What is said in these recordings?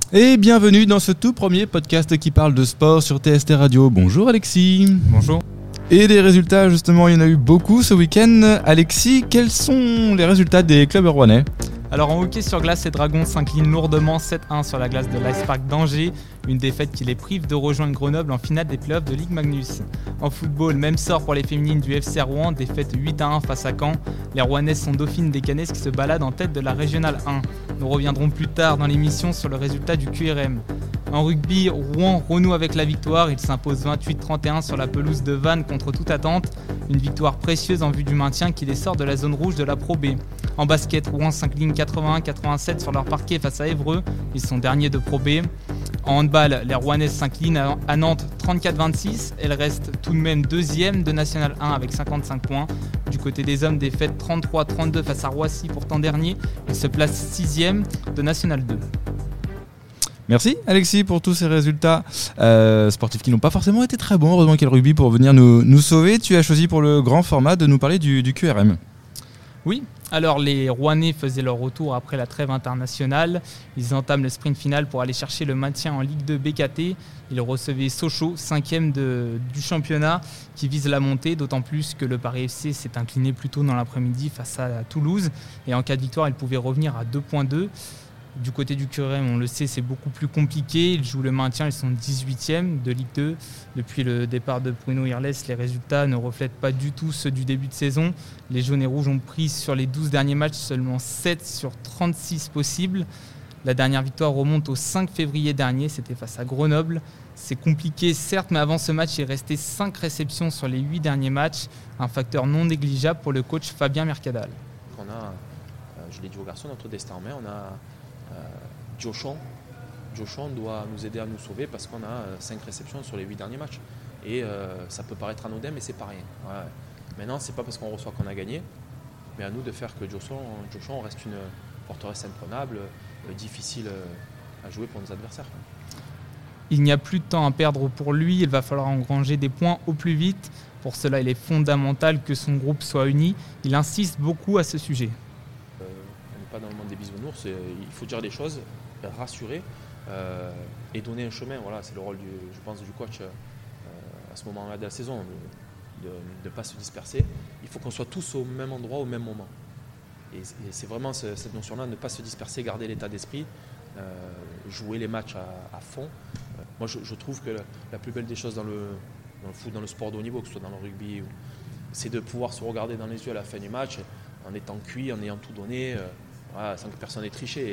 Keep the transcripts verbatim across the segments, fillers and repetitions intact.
Et bienvenue dans ce tout premier podcast qui parle de sport sur T S T Radio. Bonjour Alexis. Bonjour. Et des résultats, justement, il y en a eu beaucoup ce week-end. Alexis, quels sont les résultats des clubs rouennais ? Alors en hockey sur glace, les Dragons s'inclinent lourdement sept un sur la glace de l'Ice Park d'Angers, une défaite qui les prive de rejoindre Grenoble en finale des playoffs de Ligue Magnus. En football, même sort pour les féminines du F C Rouen, défaite huit à un face à Caen. Les Rouennaises sont dauphines des Canaises qui se baladent en tête de la Régionale un. Nous reviendrons plus tard dans l'émission sur le résultat du Q R M. En rugby, Rouen renoue avec la victoire, il s'impose vingt-huit à trente et un sur la pelouse de Vannes contre toute attente, une victoire précieuse en vue du maintien qui les sort de la zone rouge de la Pro B. En basket, Rouen s'incline quatre-vingt-un à quatre-vingt-sept sur leur parquet face à Évreux, ils sont derniers de Pro B. En handball, les Rouennaises s'inclinent à Nantes trente-quatre à vingt-six, elles restent tout de même deuxième de National un avec cinquante-cinq points. Du côté des hommes, défaite trente-trois à trente-deux face à Roissy, pourtant dernier, ils se placent sixième de National deux. Merci Alexis pour tous ces résultats euh, sportifs qui n'ont pas forcément été très bons. Heureusement qu'il y a le rugby pour venir nous, nous sauver. Tu as choisi pour le grand format de nous parler du, du Q R M. Oui, alors les Rouennais faisaient leur retour après la trêve internationale. Ils entament le sprint final pour aller chercher le maintien en Ligue deux B K T. Ils recevaient Sochaux, cinquième de, du championnat, qui vise la montée, d'autant plus que le Paris F C s'est incliné plus tôt dans l'après-midi face à Toulouse. Et en cas de victoire, ils pouvaient revenir à deux virgule deux. Du côté du Q R M, on le sait, c'est beaucoup plus compliqué. Ils jouent le maintien, ils sont dix-huitième de Ligue deux. Depuis le départ de Bruno Irles, les résultats ne reflètent pas du tout ceux du début de saison. Les jaunes et rouges ont pris sur les douze derniers matchs seulement sept sur trente-six possibles. La dernière victoire remonte au cinq février dernier, c'était face à Grenoble. C'est compliqué certes, mais avant ce match, il restait cinq réceptions sur les huit derniers matchs. Un facteur non négligeable pour le coach Fabien Mercadal. On a, je l'ai dit aux garçons, notre destin en main, on a Euh, Diochon. Diochon doit nous aider à nous sauver parce qu'on a cinq réceptions sur les huit derniers matchs. Et euh, ça peut paraître anodin, mais c'est pas rien. Ouais. Maintenant, c'est pas parce qu'on reçoit qu'on a gagné, mais à nous de faire que Diochon, Diochon reste une forteresse imprenable, euh, difficile euh, à jouer pour nos adversaires. Il n'y a plus de temps à perdre pour lui, il va falloir engranger des points au plus vite. Pour cela, il est fondamental que son groupe soit uni. Il insiste beaucoup à ce sujet. Pas dans le monde des bisounours, il faut dire les choses, rassurer euh, et donner un chemin. Voilà, c'est le rôle, du, je pense, du coach euh, à ce moment-là de la saison, de ne pas se disperser. Il faut qu'on soit tous au même endroit, au même moment. Et, et c'est vraiment ce, cette notion-là, ne pas se disperser, garder l'état d'esprit, euh, jouer les matchs à, à fond. Euh, moi, je, je trouve que la, la plus belle des choses dans le, dans le foot, dans le sport de haut niveau, que ce soit dans le rugby, c'est de pouvoir se regarder dans les yeux à la fin du match, en étant cuit, en ayant tout donné. Euh, Voilà, sans que personne n'ait triché.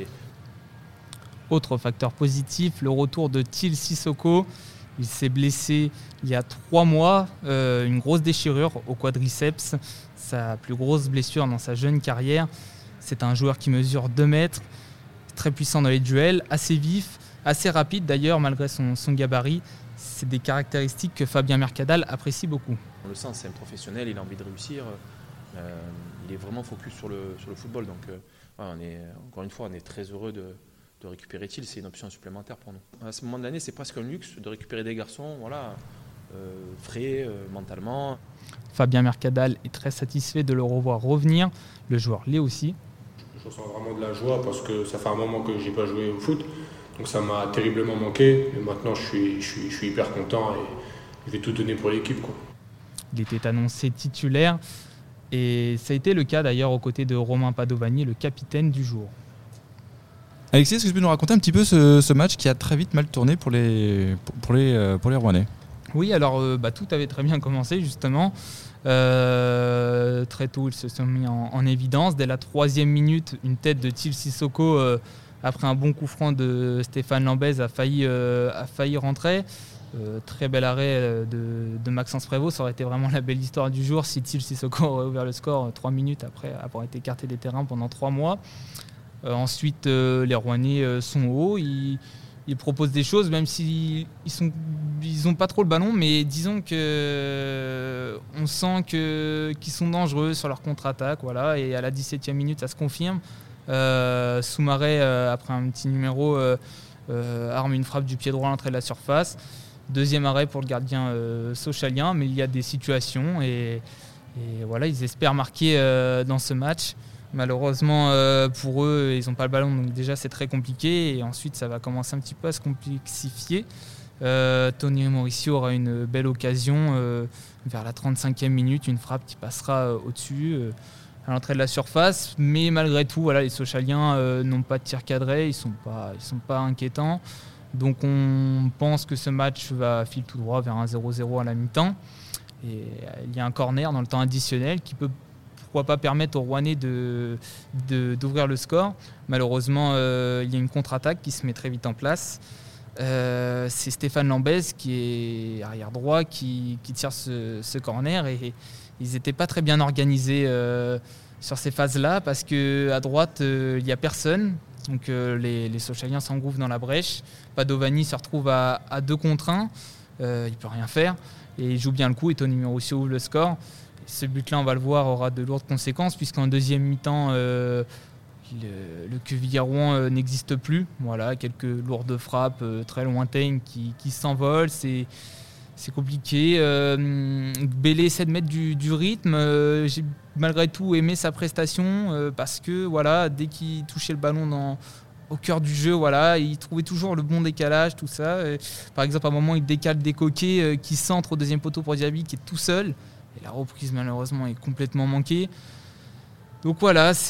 Autre facteur positif, le retour de Till Sissoko. Il s'est blessé il y a trois mois, euh, une grosse déchirure au quadriceps, sa plus grosse blessure dans sa jeune carrière. C'est un joueur qui mesure deux mètres, très puissant dans les duels, assez vif, assez rapide d'ailleurs malgré son, son gabarit. C'est des caractéristiques que Fabien Mercadal apprécie beaucoup. On le sent, c'est un professionnel, il a envie de réussir. Euh, il est vraiment focus sur le, sur le football. Donc, euh, ouais, on est, encore une fois, on est très heureux de, de récupérer Till. C'est une option supplémentaire pour nous. À ce moment de l'année, c'est presque un luxe de récupérer des garçons voilà, euh, frais euh, mentalement. Fabien Mercadal est très satisfait de le revoir revenir. Le joueur l'est aussi. Je ressens vraiment de la joie parce que ça fait un moment que je n'ai pas joué au foot. Donc ça m'a terriblement manqué. Et maintenant, je suis, je, suis, je suis hyper content et je vais tout donner pour l'équipe, quoi. Il était annoncé titulaire. Et ça a été le cas d'ailleurs aux côtés de Romain Padovani, le capitaine du jour. Alexis, est-ce que tu peux nous raconter un petit peu ce, ce match qui a très vite mal tourné pour les, pour, pour les, pour les Rouennais ? Oui, alors euh, bah, tout avait très bien commencé justement. Euh, très tôt, ils se sont mis en, en évidence. Dès la troisième minute, une tête de Till Sissoko, euh, après un bon coup franc de Stéphane Lambez, a failli, euh, a failli rentrer. Euh, très bel arrêt de, de Maxence Prévost, ça aurait été vraiment la belle histoire du jour si Till Sissoko aurait ouvert le score trois minutes après avoir été écarté des terrains pendant trois mois. Euh, ensuite, euh, les Rouennais euh, sont hauts, ils, ils proposent des choses, même s'ils sont, ils n'ont pas trop le ballon, mais disons que euh, on sent que, qu'ils sont dangereux sur leur contre-attaque, voilà, et à la dix-septième minute, ça se confirme. Euh, Soumaré, euh, après un petit numéro, euh, euh, arme une frappe du pied droit à l'entrée de la surface. Deuxième arrêt pour le gardien euh, sochalien, mais il y a des situations et, et voilà, ils espèrent marquer euh, dans ce match. Malheureusement euh, pour eux, ils n'ont pas le ballon, donc déjà c'est très compliqué. Et ensuite, ça va commencer un petit peu à se complexifier. Euh, Tony Mauricio aura une belle occasion euh, vers la trente-cinquième minute, une frappe qui passera euh, au-dessus euh, à l'entrée de la surface. Mais malgré tout, voilà, les Sochaliens euh, n'ont pas de tir cadré, ils ne sont pas, ils sont pas inquiétants. Donc on pense que ce match va filer tout droit vers un zéro zéro à la mi-temps. Et il y a un corner dans le temps additionnel qui peut pourquoi pas permettre aux Rouennais de, de, d'ouvrir le score. Malheureusement, euh, il y a une contre-attaque qui se met très vite en place. Euh, c'est Stéphane Lambez qui est arrière droit qui, qui tire ce, ce corner et, et ils n'étaient pas très bien organisés euh, sur ces phases-là parce qu'à droite, euh, il n'y a personne. Donc euh, les, les Sochaliens s'engouffrent dans la brèche. Padovani se retrouve à, à deux contre un. Euh, il ne peut rien faire. Et il joue bien le coup et Tony Mauricio ouvre le score. Ce but-là, on va le voir, aura de lourdes conséquences puisqu'en deuxième mi-temps, euh, le, le Quevilly-Rouen euh, n'existe plus. Voilà, quelques lourdes frappes euh, très lointaines qui, qui s'envolent. C'est, c'est compliqué. Euh, Bellé essaie de mettre du, du rythme. Euh, j'ai malgré tout aimé sa prestation euh, parce que voilà, dès qu'il touchait le ballon dans, au cœur du jeu, voilà, il trouvait toujours le bon décalage, tout ça. Et, par exemple, à un moment, il décale des coquets euh, qui centre au deuxième poteau pour Diaby qui est tout seul. Et la reprise, malheureusement, est complètement manquée. Donc voilà, c'est...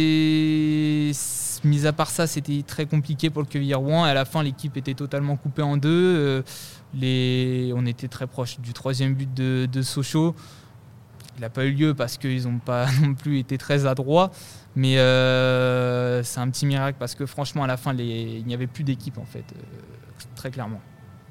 mis à part ça, c'était très compliqué pour le Quevilly-Rouen. Et à la fin, l'équipe était totalement coupée en deux. Euh, les... On était très proche du troisième but de, de Sochaux. Il n'a pas eu lieu parce qu'ils n'ont pas non plus été très adroits. Mais euh, c'est un petit miracle parce que franchement, à la fin, les... il n'y avait plus d'équipe, en fait, euh, très clairement.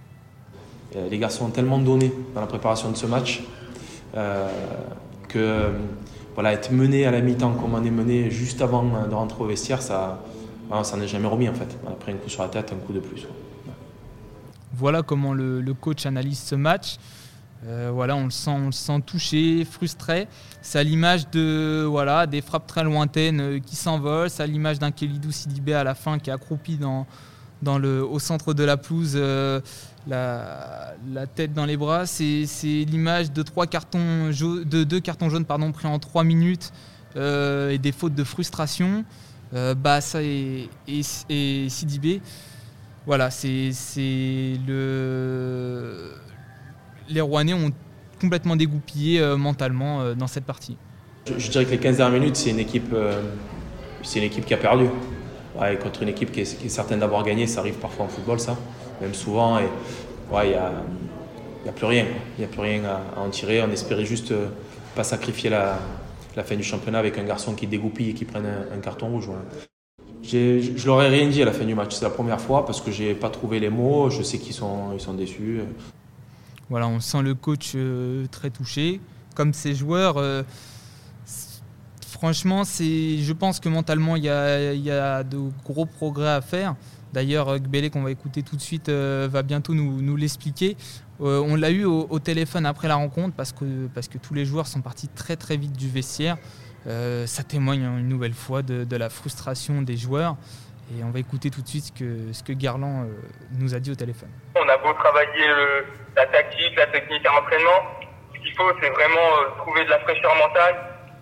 Les garçons ont tellement donné dans la préparation de ce match. Euh, que euh, voilà, être mené à la mi-temps comme on est mené juste avant de rentrer au vestiaire, ça ne s'en est jamais remis en fait. On a pris un coup sur la tête, un coup de plus. Ouais. Voilà comment le, le coach analyse ce match. Euh, voilà, on le sent, on le sent touché, frustré. C'est à l'image de voilà, des frappes très lointaines qui s'envolent. C'est à l'image d'un Kelidou Sidibé à la fin qui est accroupi dans, dans le, au centre de la pelouse. Euh, La, la tête dans les bras, c'est, c'est l'image de, trois cartons ja- de deux cartons jaunes pardon, pris en trois minutes euh, et des fautes de frustration. Euh, Bassa et, et, et Sidibé. Voilà, c'est, c'est le... les Rouennais ont complètement dégoupillé euh, mentalement euh, dans cette partie. Je, je dirais que les quinze dernières minutes, c'est une équipe, euh, c'est une équipe qui a perdu. Ouais, contre une équipe qui est, qui est certaine d'avoir gagné, ça arrive parfois en football, ça. Même souvent, et ouais, il n'y a, y a plus rien. Il n'y a plus rien à, à en tirer. On espérait juste euh, pas sacrifier la, la fin du championnat avec un garçon qui dégoupille et qui prenne un, un carton rouge. Ouais. J'ai, je leur ai rien dit à la fin du match. C'est la première fois parce que j'ai pas trouvé les mots. Je sais qu'ils sont, ils sont déçus. Voilà, on sent le coach euh, très touché. Comme ses joueurs, euh, franchement, c'est, je pense que mentalement, il y a, y a de gros progrès à faire. D'ailleurs, Gbélé, qu'on va écouter tout de suite, euh, va bientôt nous, nous l'expliquer. Euh, on l'a eu au, au téléphone après la rencontre parce que, parce que tous les joueurs sont partis très très vite du vestiaire. Euh, ça témoigne une nouvelle fois de, de la frustration des joueurs. Et on va écouter tout de suite ce que, ce que Garland euh, nous a dit au téléphone. On a beau travailler le, la tactique, la technique à l'entraînement, ce qu'il faut, c'est vraiment euh, trouver de la fraîcheur mentale.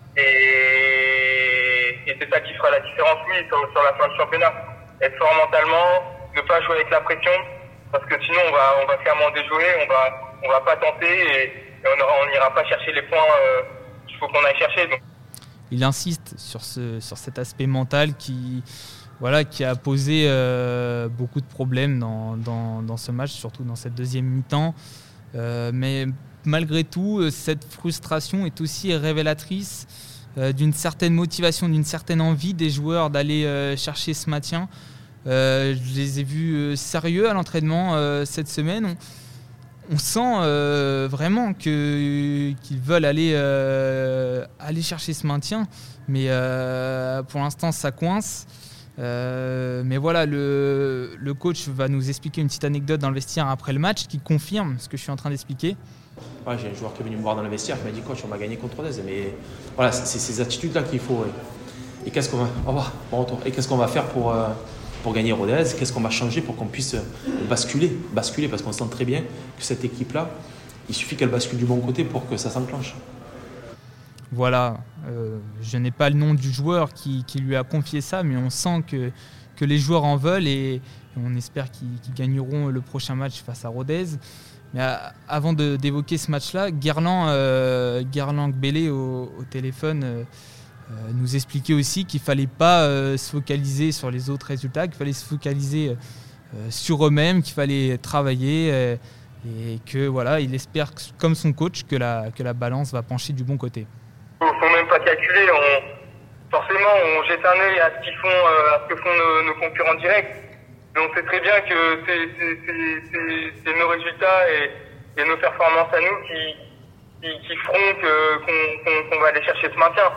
Et, et c'est ça qui fera la différence, oui, sur, sur la fin du championnat. Être fort mentalement, ne pas jouer avec la pression, parce que sinon on va, on va clairement déjouer, on va, on va pas tenter et, et on n'ira pas chercher les points euh, qu'il faut qu'on aille chercher. Donc. Il insiste sur, ce, sur cet aspect mental qui, voilà, qui a posé euh, beaucoup de problèmes dans, dans, dans ce match, surtout dans cette deuxième mi-temps. Euh, mais malgré tout, cette frustration est aussi révélatrice euh, d'une certaine motivation, d'une certaine envie des joueurs d'aller euh, chercher ce maintien. Euh, je les ai vus euh, sérieux à l'entraînement euh, cette semaine. On, on sent euh, vraiment que, qu'ils veulent aller, euh, aller chercher ce maintien, mais euh, pour l'instant ça coince. Euh, mais voilà, le, le coach va nous expliquer une petite anecdote dans le vestiaire après le match qui confirme ce que je suis en train d'expliquer. Ouais, j'ai un joueur qui est venu me voir dans le vestiaire qui m'a dit coach, on va gagner contre Rodez. Mais voilà, c'est, c'est ces attitudes-là qu'il faut. Ouais. Et qu'est-ce qu'on va, au revoir, bon retour. Et qu'est-ce qu'on va faire pour, euh, pour gagner Rodez? Qu'est-ce qu'on va changer pour qu'on puisse basculer, basculer parce qu'on sent très bien que cette équipe-là, il suffit qu'elle bascule du bon côté pour que ça s'enclenche. Voilà, euh, je n'ai pas le nom du joueur qui, qui lui a confié ça, mais on sent que, que les joueurs en veulent et, et on espère qu'ils, qu'ils gagneront le prochain match face à Rodez. Mais à, avant de, d'évoquer ce match-là, Guerlain, euh, Guerlain Gbélé au, au téléphone euh, euh, nous expliquait aussi qu'il ne fallait pas euh, se focaliser sur les autres résultats, qu'il fallait se focaliser euh, sur eux-mêmes, qu'il fallait travailler euh, et que voilà, il espère, comme son coach, que la, que la balance va pencher du bon côté. Il ne faut même pas calculer. On, forcément, on jette un œil à ce qu'ils font, euh, à ce que font nos, nos concurrents directs. Mais on sait très bien que c'est, c'est, c'est, c'est, c'est nos résultats et, et nos performances à nous qui, qui, qui feront que, qu'on, qu'on, qu'on va aller chercher ce maintien.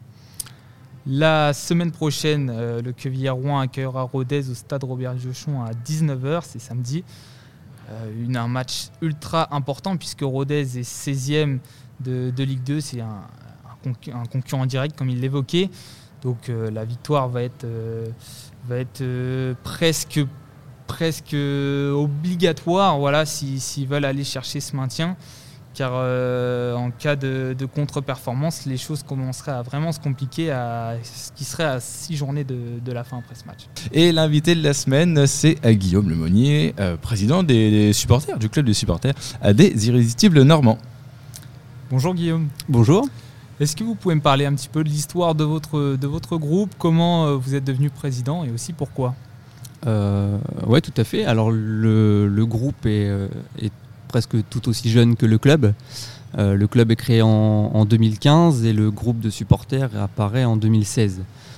La semaine prochaine, euh, le Quevilly-Rouen accueillera Rodez au stade Robert-Jochon à dix-neuf heures, c'est samedi. Euh, une, un match ultra important puisque Rodez est seizième de, de Ligue deux, c'est un un concurrent direct comme il l'évoquait, donc euh, la victoire va être, euh, va être euh, presque, presque obligatoire voilà, si, s'ils veulent aller chercher ce maintien, car euh, en cas de, de contre-performance, les choses commenceraient à vraiment se compliquer, à ce qui serait à six journées de, de la fin après ce match. Et l'invité de la semaine, c'est Guillaume Lemonnier, euh, président des, des supporters, du club des supporters des Irrésistibles Normands. Bonjour Guillaume. Bonjour. Est-ce que vous pouvez me parler un petit peu de l'histoire de votre, de votre groupe, comment vous êtes devenu président et aussi pourquoi ? euh, Oui, tout à fait. Alors le, le groupe est, est presque tout aussi jeune que le club. Euh, le club est créé en, en deux mille quinze et le groupe de supporters apparaît en deux mille seize.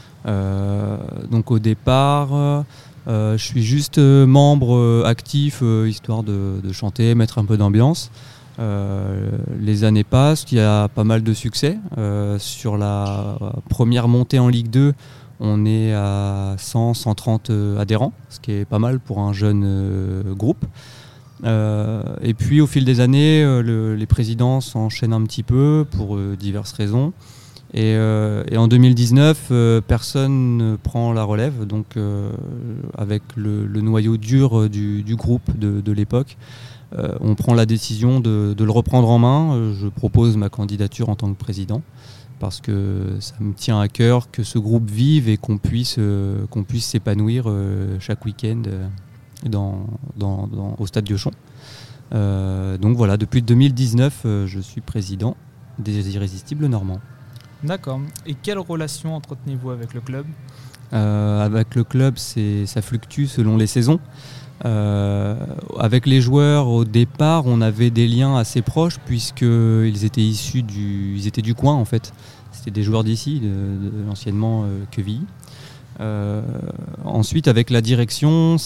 Euh, donc au départ, euh, je suis juste membre actif, euh, histoire de, de chanter, mettre un peu d'ambiance. Euh, les années passent, il y a pas mal de succès. Euh, sur la première montée en Ligue deux, on est à cent à cent trente adhérents, ce qui est pas mal pour un jeune euh, groupe. Euh, et puis au fil des années, euh, le, les présidents s'enchaînent un petit peu pour euh, diverses raisons. Et, euh, et en deux mille dix-neuf, euh, personne ne prend la relève, donc euh, avec le, le noyau dur du, du groupe de, de l'époque. Euh, on prend la décision de, de le reprendre en main. Euh, je propose ma candidature en tant que président parce que ça me tient à cœur que ce groupe vive et qu'on puisse, euh, qu'on puisse s'épanouir euh, chaque week-end euh, dans, dans, dans, au stade Diochon. Euh, donc voilà, depuis deux mille dix-neuf, euh, je suis président des Irrésistibles Normands. D'accord. Et quelle relation entretenez-vous avec le club ? euh, Avec le club, c'est, ça fluctue selon les saisons. Euh, avec les joueurs, au départ, on avait des liens assez proches puisqu'ils étaient issus du, ils étaient du coin en fait. C'était des joueurs d'ici, de, de l'anciennement euh, Quevilly. Euh, ensuite, avec la direction,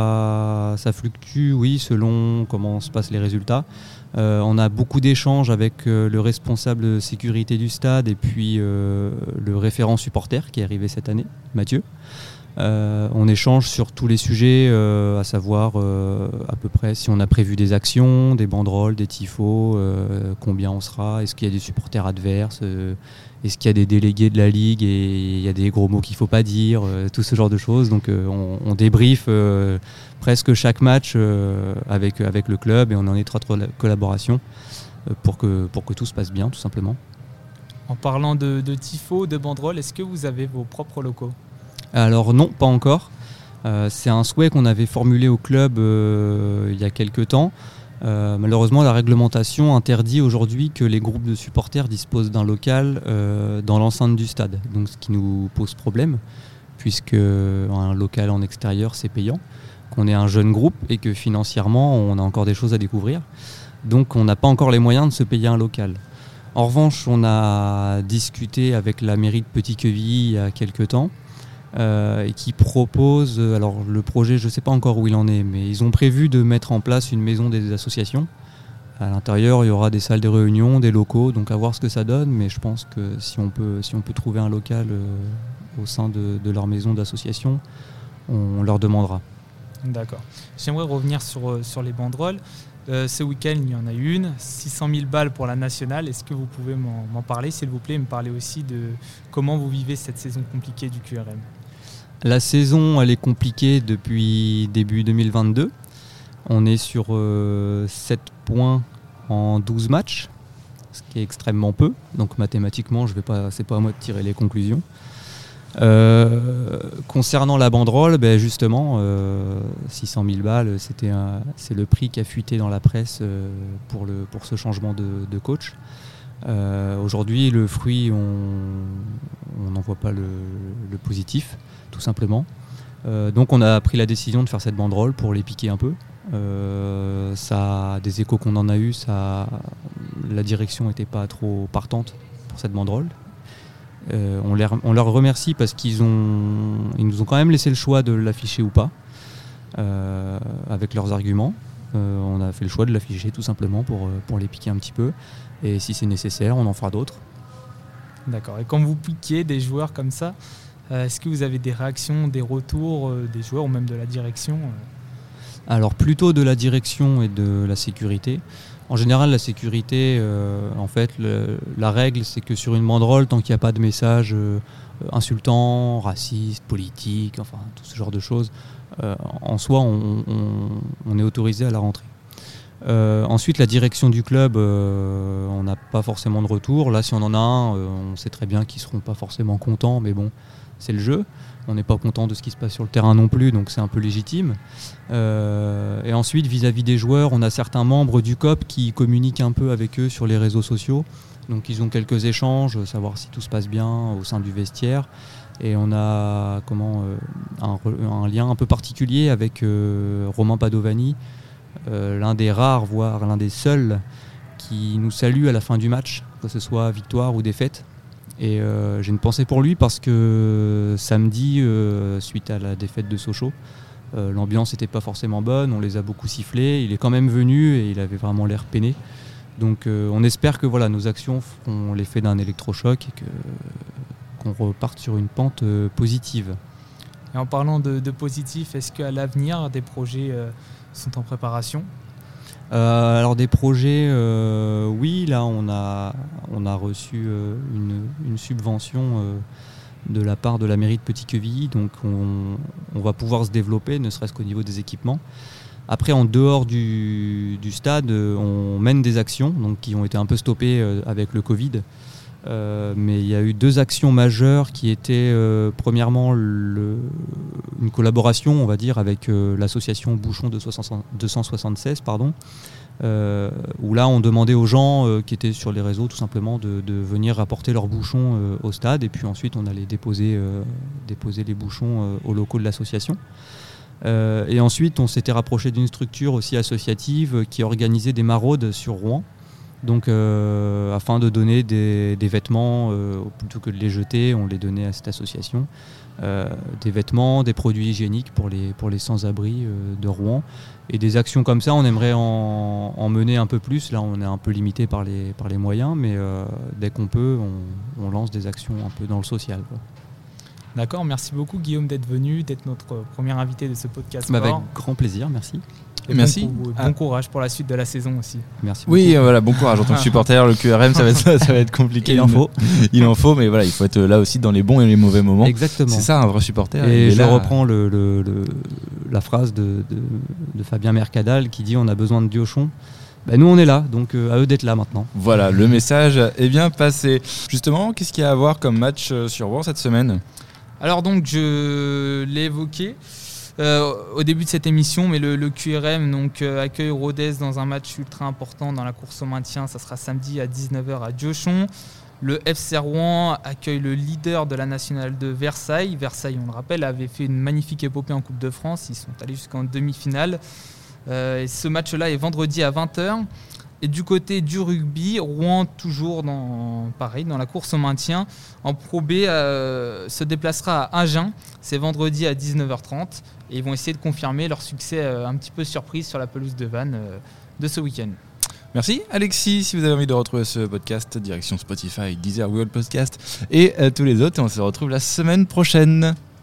ça, ça fluctue, oui, selon comment se passent les résultats. Euh, on a beaucoup d'échanges avec euh, le responsable de sécurité du stade et puis euh, le référent supporter qui est arrivé cette année, Mathieu. Euh, on échange sur tous les sujets, euh, à savoir euh, à peu près si on a prévu des actions, des banderoles, des tifos, euh, combien on sera, est-ce qu'il y a des supporters adverses, euh, est-ce qu'il y a des délégués de la Ligue et il y a des gros mots qu'il ne faut pas dire, euh, tout ce genre de choses. Donc euh, on, on débriefe euh, presque chaque match euh, avec, avec le club et on est en étroite collaboration euh, pour, que, pour que tout se passe bien tout simplement. En parlant de, de tifos, de banderoles, est-ce que vous avez vos propres locaux ? Alors non, pas encore. Euh, c'est un souhait qu'on avait formulé au club euh, il y a quelques temps. Euh, malheureusement, la réglementation interdit aujourd'hui que les groupes de supporters disposent d'un local euh, dans l'enceinte du stade. Donc, ce qui nous pose problème, puisque un local en extérieur, c'est payant, qu'on est un jeune groupe et que financièrement, on a encore des choses à découvrir. Donc, on n'a pas encore les moyens de se payer un local. En revanche, on a discuté avec la mairie de Petit-Quevilly il y a quelques temps. Euh, et qui propose, alors le projet je ne sais pas encore où il en est, mais ils ont prévu de mettre en place une maison des associations. À l'intérieur il y aura des salles de réunion, des locaux, donc à voir ce que ça donne, mais je pense que si on peut, si on peut trouver un local euh, au sein de, de leur maison d'association, on, on leur demandera. D'accord. J'aimerais revenir sur, sur les banderoles. Euh, ce week-end il y en a une, six cent mille balles pour la nationale. Est-ce que vous pouvez m'en, m'en parler s'il vous plaît, et me parler aussi de comment vous vivez cette saison compliquée du Q R M ? La saison, elle est compliquée depuis début deux mille vingt-deux. On est sur euh, sept points en douze matchs, ce qui est extrêmement peu. Donc mathématiquement, je vais pas, c'est pas à moi de tirer les conclusions. Euh, concernant la banderole, ben justement, euh, six cent mille balles, c'était un, c'est le prix qui a fuité dans la presse euh, pour, le, pour ce changement de, de coach. Euh, aujourd'hui, le fruit, on n'en voit pas le, le positif, tout simplement. Euh, donc on a pris la décision de faire cette banderole pour les piquer un peu. Euh, ça, des échos qu'on en a eu, ça, la direction n'était pas trop partante pour cette banderole. Euh, on, les, on leur remercie parce qu'ils ont, ils nous ont quand même laissé le choix de l'afficher ou pas, euh, avec leurs arguments. Euh, on a fait le choix de l'afficher tout simplement pour, pour les piquer un petit peu. Et si c'est nécessaire, on en fera d'autres. D'accord. Et quand vous piquez des joueurs comme ça, euh, est-ce que vous avez des réactions, des retours euh, des joueurs ou même de la direction euh Alors plutôt de la direction et de la sécurité. En général, la sécurité, euh, en fait, le, la règle, c'est que sur une banderole, tant qu'il n'y a pas de message euh, insultant, raciste, politique, enfin tout ce genre de choses, euh, en soi, on, on, on est autorisé à la rentrée. Euh, ensuite, la direction du club, euh, on n'a pas forcément de retour. Là, si on en a un, euh, on sait très bien qu'ils ne seront pas forcément contents, mais bon, c'est le jeu. On n'est pas content de ce qui se passe sur le terrain non plus, donc c'est un peu légitime. Euh, et ensuite, vis-à-vis des joueurs, on a certains membres du C O P qui communiquent un peu avec eux sur les réseaux sociaux. Donc ils ont quelques échanges, savoir si tout se passe bien au sein du vestiaire. Et on a comment, euh, un, un lien un peu particulier avec euh, Romain Padovani, euh, l'un des rares, voire l'un des seuls, qui nous salue à la fin du match, que ce soit victoire ou défaite. Et euh, j'ai une pensée pour lui parce que samedi, euh, suite à la défaite de Sochaux, euh, l'ambiance n'était pas forcément bonne, on les a beaucoup sifflés, il est quand même venu et il avait vraiment l'air peiné. Donc euh, on espère que voilà, nos actions feront l'effet d'un électrochoc et que, qu'on reparte sur une pente euh, positive. Et en parlant de, de positif, est-ce qu'à l'avenir, des projets euh, sont en préparation ? Euh, alors des projets, euh, oui, là on a, on a reçu euh, une, une subvention euh, de la part de la mairie de Petit-Quevilly, donc on, on va pouvoir se développer, ne serait-ce qu'au niveau des équipements. Après, en dehors du, du stade, on mène des actions donc, qui ont été un peu stoppées euh, avec le Covid. Euh, mais il y a eu deux actions majeures qui étaient euh, premièrement le, une collaboration, on va dire, avec euh, l'association Bouchon deux cent soixante-seize, pardon, euh, où là on demandait aux gens euh, qui étaient sur les réseaux tout simplement de, de venir rapporter leurs bouchons euh, au stade et puis ensuite on allait déposer, euh, déposer les bouchons euh, aux locaux de l'association. Euh, et ensuite on s'était rapproché d'une structure aussi associative qui organisait des maraudes sur Rouen. Donc euh, afin de donner des, des vêtements, euh, plutôt que de les jeter, on les donnait à cette association. Euh, des vêtements, des produits hygiéniques pour les, pour les sans-abri euh, de Rouen. Et des actions comme ça, on aimerait en, en mener un peu plus. Là, on est un peu limité par les, par les moyens, mais euh, dès qu'on peut, on, on lance des actions un peu dans le social, quoi. D'accord, merci beaucoup Guillaume d'être venu, d'être notre premier invité de ce podcast. Bah, avec grand plaisir, merci. Et merci. Bon, bon ah. courage pour la suite de la saison aussi. Merci beaucoup. Oui, voilà, bon courage en tant que supporter. Le Q R M, ça va être, ça va être compliqué. Il en faut. Il en faut, mais voilà, il faut être là aussi dans les bons et les mauvais moments. Exactement. C'est ça, un vrai supporter. Et je là... reprends le, le, le, la phrase de, de, de Fabien Mercadal qui dit « On a besoin de Diochon ». Ben nous on est là, donc euh, à eux d'être là maintenant. Voilà, le message est bien passé. Justement, qu'est-ce qu'il y a à voir comme match sur Rouen cette semaine ? Alors donc, je l'ai évoqué euh, au début de cette émission, mais le, le Q R M donc, euh, accueille Rodez dans un match ultra important dans la course au maintien. Ça sera samedi à dix-neuf heures à Diochon. Le F C Rouen accueille le leader de la nationale de Versailles. Versailles, on le rappelle, avait fait une magnifique épopée en Coupe de France. Ils sont allés jusqu'en demi-finale. Euh, et ce match-là est vendredi à vingt heures. Et du côté du rugby, Rouen toujours dans, pareil, dans la course au maintien. En Pro B, euh, se déplacera à Agen. C'est vendredi à dix-neuf heures trente. Et ils vont essayer de confirmer leur succès euh, un petit peu surprise sur la pelouse de Vannes euh, de ce week-end. Merci Alexis. Si vous avez envie de retrouver ce podcast, direction Spotify, Deezer, Google Podcast et euh, tous les autres. Et on se retrouve la semaine prochaine.